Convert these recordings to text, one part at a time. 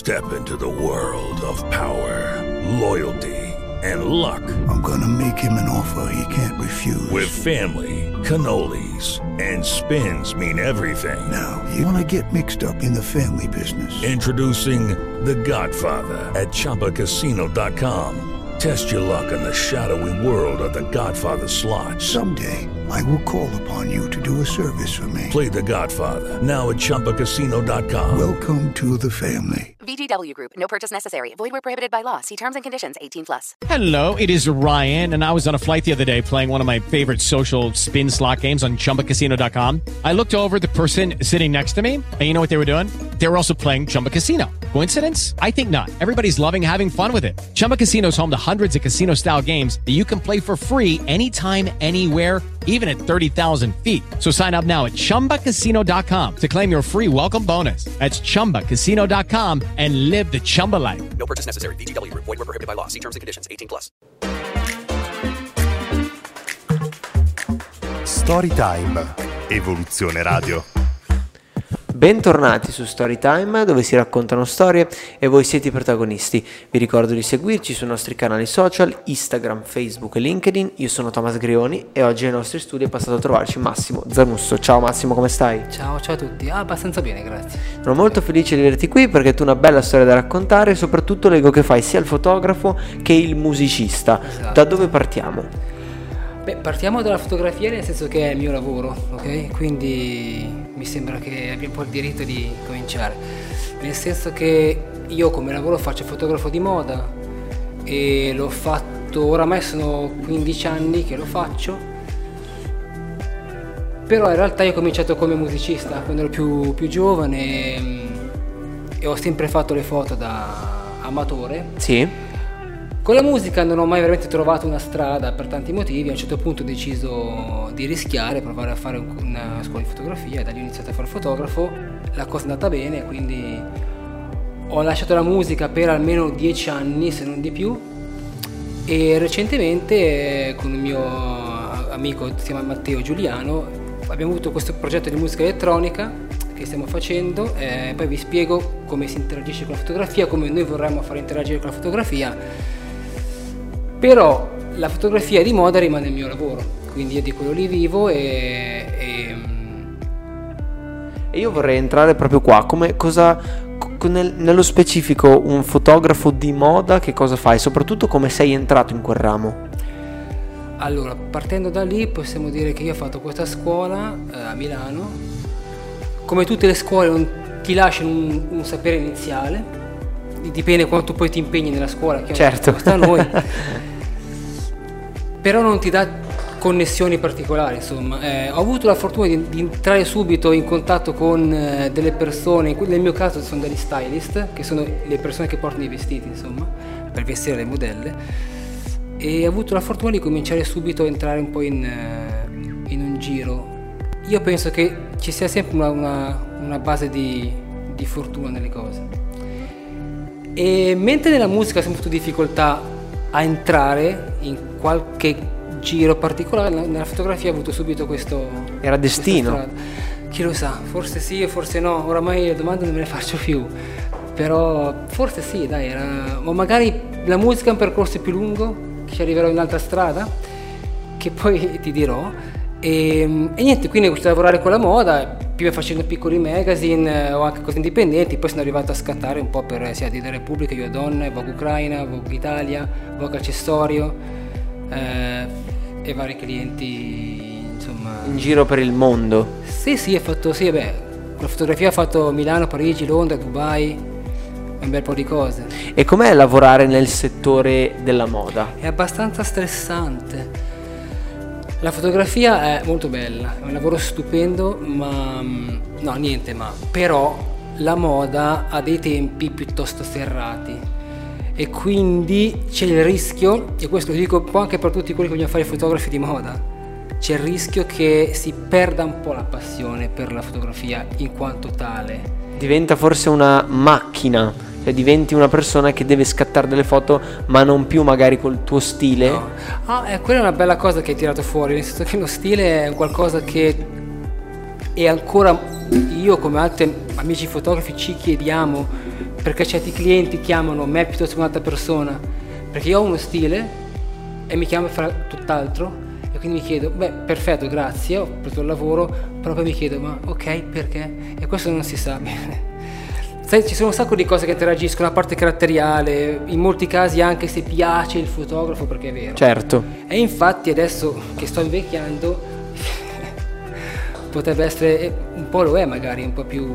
Step into the world of power, loyalty, and luck. I'm gonna make him an offer he can't refuse. With family, cannolis, and spins mean everything. Now, you wanna get mixed up in the family business. Introducing The Godfather at ChumbaCasino.com. Test your luck in the shadowy world of The Godfather slot. Someday, I will call upon you to do a service for me. Play The Godfather, now at ChumbaCasino.com. Welcome to the family. VGW Group. No purchase necessary. Void where prohibited by law. See terms and conditions. 18+. Hello, it is Ryan, and I was on a flight the other day playing one of my favorite social spin slot games on ChumbaCasino.com. I looked over at the person sitting next to me, and you know what they were doing? They were also playing Chumba Casino. Coincidence? I think not. Everybody's loving having fun with it. Chumba Casino is home to hundreds of casino-style games that you can play for free anytime, anywhere, even at 30,000 feet. So sign up now at ChumbaCasino.com to claim your free welcome bonus. That's ChumbaCasino.com and live the Chumba life. No purchase necessary. VGW Group. Void where prohibited by law. See terms and conditions. 18+. Storytime. Evoluzione Radio. Bentornati su Storytime, dove si raccontano storie e voi siete i protagonisti. Vi ricordo di seguirci sui nostri canali social, Instagram, Facebook e LinkedIn. Io sono Thomas Grioni e oggi ai nostri studi è passato a trovarci Massimo Zanusso. Ciao Massimo, come stai? Ciao a tutti, abbastanza bene, grazie. Sono molto felice di averti qui perché tu hai una bella storia da raccontare e soprattutto leggo che fai sia il fotografo che il musicista. Esatto. Da dove partiamo? Beh, partiamo dalla fotografia, nel senso che è il mio lavoro, ok? Quindi mi sembra che abbia un po' il diritto di cominciare. Nel senso che io come lavoro faccio fotografo di moda e l'ho fatto, oramai sono 15 anni che lo faccio, però in realtà io ho cominciato come musicista quando ero più giovane e ho sempre fatto le foto da amatore. Sì. Con la musica non ho mai veramente trovato una strada per tanti motivi. A un certo punto ho deciso di rischiare, provare a fare una scuola di fotografia e da lì ho iniziato a fare fotografo. La cosa è andata bene, quindi ho lasciato la musica per almeno 10 anni, se non di più, e recentemente con un mio amico, si chiama Matteo Giuliano, abbiamo avuto questo progetto di musica elettronica che stiamo facendo, poi vi spiego come si interagisce con la fotografia, come noi vorremmo far interagire con la fotografia. Però la fotografia di moda rimane il mio lavoro, quindi io di quello lì vivo e io vorrei entrare proprio qua, nello specifico un fotografo di moda che cosa fai? Soprattutto come sei entrato in quel ramo? Allora, partendo da lì possiamo dire che io ho fatto questa scuola a Milano. Come tutte le scuole non ti lasciano un sapere iniziale, dipende quanto poi ti impegni nella scuola, che certo. Sta a noi. Però non ti dà connessioni particolari, insomma. Ho avuto la fortuna di entrare subito in contatto con delle persone, nel mio caso sono degli stylist, che sono le persone che portano i vestiti, insomma, per vestire le modelle, e ho avuto la fortuna di cominciare subito a entrare un po' in un giro. Io penso che ci sia sempre una base di fortuna nelle cose. E mentre nella musica ho sempre avuto difficoltà a entrare in qualche giro particolare, nella fotografia ho avuto subito questo... Era destino? Chi lo sa, forse sì e forse no, oramai le domande non me le faccio più, però forse sì, dai, o magari la musica è un percorso più lungo, che ci arriverò in un'altra strada, che poi ti dirò. E niente, quindi ho cominciato a lavorare con la moda, prima facendo piccoli magazine o anche cose indipendenti, poi sono arrivato a scattare un po' per sia di Repubblica, Io Donna, Vogue Ucraina, Vogue Italia, Vogue Accessorio e vari clienti, insomma. In giro per il mondo? Sì, ho fatto, con la fotografia ho fatto Milano, Parigi, Londra, Dubai, un bel po' di cose. E com'è lavorare nel settore della moda? È abbastanza stressante. La fotografia è molto bella, è un lavoro stupendo, però la moda ha dei tempi piuttosto serrati e quindi c'è il rischio, e questo lo dico un po' anche per tutti quelli che vogliono fare i fotografi di moda, c'è il rischio che si perda un po' la passione per la fotografia in quanto tale. Diventa forse una macchina. Cioè diventi una persona che deve scattare delle foto ma non più magari col tuo stile. No. Quella è una bella cosa che hai tirato fuori, nel senso che lo stile è qualcosa che è ancora, io come altri amici fotografi ci chiediamo perché certi clienti chiamano me piuttosto che un'altra persona, perché io ho uno stile e mi chiamano per fare tutt'altro, e quindi mi chiedo, beh, perfetto, grazie, ho preso il lavoro, però poi mi chiedo, ma ok, perché? E questo non si sa bene. Sai, ci sono un sacco di cose che interagiscono, la parte caratteriale, in molti casi anche se piace il fotografo, perché è vero. Certo. E infatti adesso che sto invecchiando potrebbe essere, un po' lo è magari, un po' più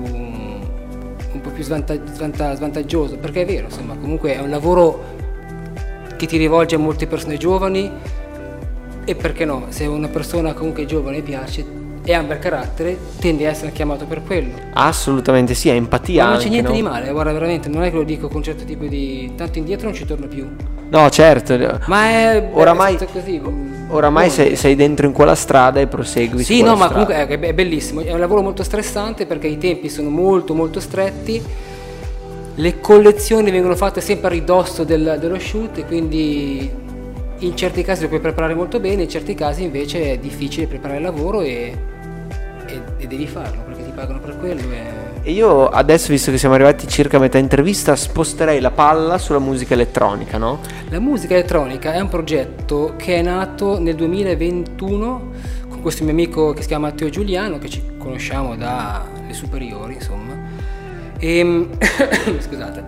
svantaggioso, perché è vero, insomma, comunque è un lavoro che ti rivolge a molte persone giovani, e perché no, se una persona comunque giovane piace e ha un bel carattere, tende a essere chiamato per quello. Assolutamente sì, è empatia. Ma non anche, c'è niente no? di male, guarda, veramente, non è che lo dico con un certo tipo di... tanto indietro non ci torno più. No, certo. Ma è oramai, così. oramai sei dentro in quella strada e prosegui. Sì, su no, quella ma strada. comunque è bellissimo. È un lavoro molto stressante perché i tempi sono molto molto stretti. Le collezioni vengono fatte sempre a ridosso dello shoot, e quindi in certi casi lo puoi preparare molto bene, in certi casi invece è difficile preparare il lavoro e devi farlo perché ti pagano per quello. E io adesso, visto che siamo arrivati circa a metà intervista, sposterei la palla sulla musica elettronica, no? La musica elettronica è un progetto che è nato nel 2021 con questo mio amico che si chiama Matteo Giuliano, che ci conosciamo dalle superiori, insomma. E scusate.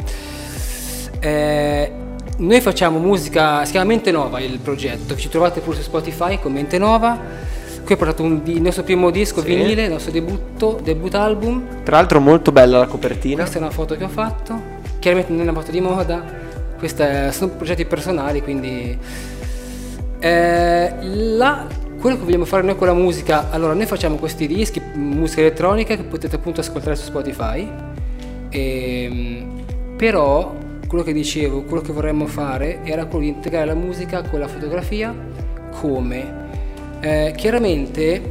Noi facciamo musica, si chiama Mente Nova il progetto, ci trovate pure su Spotify con Mente Nova. Qui ho portato il nostro primo disco vinile, il nostro debut album. Tra l'altro molto bella la copertina. Questa è una foto che ho fatto, chiaramente non è una foto di moda, sono progetti personali, quindi quello che vogliamo fare noi con la musica, allora noi facciamo questi dischi, musica elettronica che potete appunto ascoltare su Spotify, però quello che dicevo, quello che vorremmo fare era quello di integrare la musica con la fotografia. Come? Chiaramente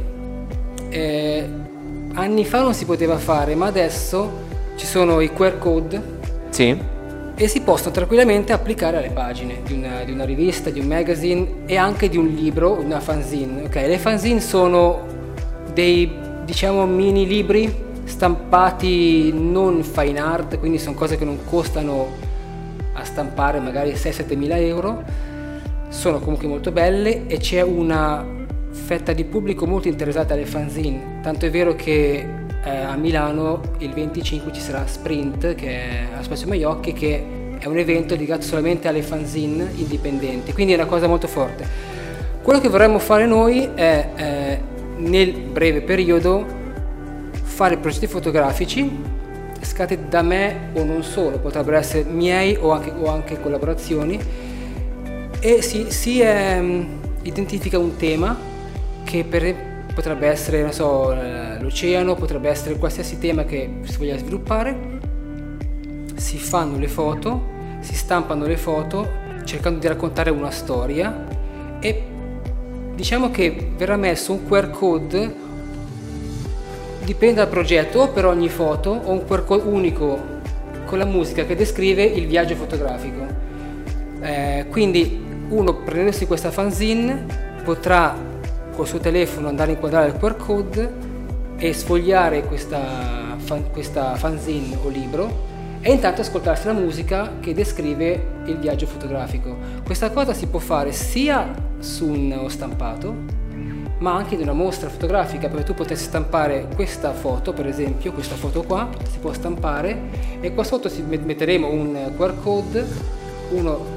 anni fa non si poteva fare, ma adesso ci sono i QR code, sì, e si possono tranquillamente applicare alle pagine di una rivista, di un magazine e anche di un libro, una fanzine. Ok, le fanzine sono dei, diciamo, mini libri stampati non fine art, quindi sono cose che non costano a stampare magari 6-7 mila euro, sono comunque molto belle e c'è una fetta di pubblico molto interessata alle fanzine, tanto è vero che a Milano il 25 ci sarà Sprint, che è a Spazio Maiocchi, che è un evento dedicato solamente alle fanzine indipendenti, quindi è una cosa molto forte. Quello che vorremmo fare noi è nel breve periodo fare progetti fotografici scatti da me o non solo, potrebbero essere miei o anche collaborazioni, e si identifica un tema che potrebbe essere, non so, l'oceano, potrebbe essere qualsiasi tema che si voglia sviluppare. Si fanno le foto, si stampano le foto cercando di raccontare una storia, e diciamo che verrà messo un QR code, dipende dal progetto, o per ogni foto o un QR code unico con la musica che descrive il viaggio fotografico. Quindi uno, prendendosi questa fanzine, potrà col suo telefono andare a inquadrare il QR code e sfogliare questa fanzine o libro, e intanto ascoltarsi la musica che descrive il viaggio fotografico. Questa cosa si può fare sia su uno stampato, ma anche in una mostra fotografica, perché tu potessi stampare questa foto, per esempio questa foto qua si può stampare, e qua sotto metteremo un QR code, uno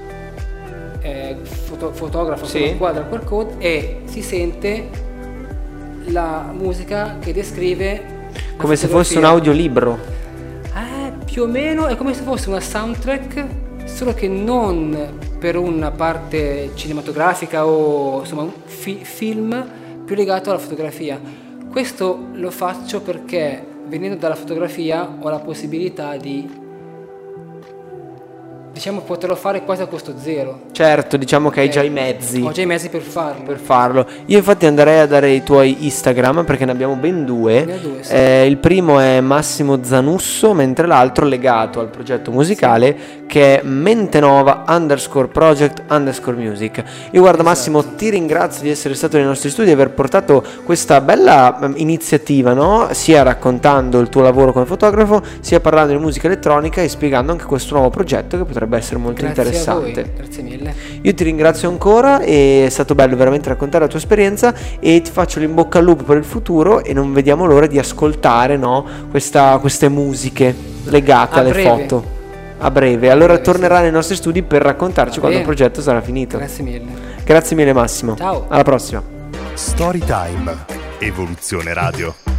fotografa, sì, inquadra il QR code e si sente la musica che descrive come se fosse un audiolibro. Più o meno è come se fosse una soundtrack, solo che non per una parte cinematografica o insomma un film più legato alla fotografia. Questo lo faccio perché venendo dalla fotografia ho la possibilità di Diciamo poterlo fare quasi a costo zero. Certo, diciamo che hai già i mezzi. Ho già i mezzi per farlo. Io infatti andrei a dare i tuoi Instagram, perché ne abbiamo ben due. Ne ho due, sì. Il primo è Massimo Zanusso, mentre l'altro legato al progetto musicale, che è Mentenova_project_music. Io guarda, Massimo, ti ringrazio di essere stato nei nostri studi e aver portato questa bella iniziativa, no? Sia raccontando il tuo lavoro come fotografo, sia parlando di musica elettronica e spiegando anche questo nuovo progetto che potrebbe essere molto interessante. A voi. Grazie mille. Io ti ringrazio ancora, è stato bello veramente raccontare la tua esperienza e ti faccio l'in bocca al lupo per il futuro e non vediamo l'ora di ascoltare, no, queste musiche legate alle foto a breve. Allora tornerà nei nostri studi per raccontarci quando il progetto sarà finito. Grazie mille. Grazie mille Massimo. Ciao. Alla prossima. Storytime. Evoluzione Radio.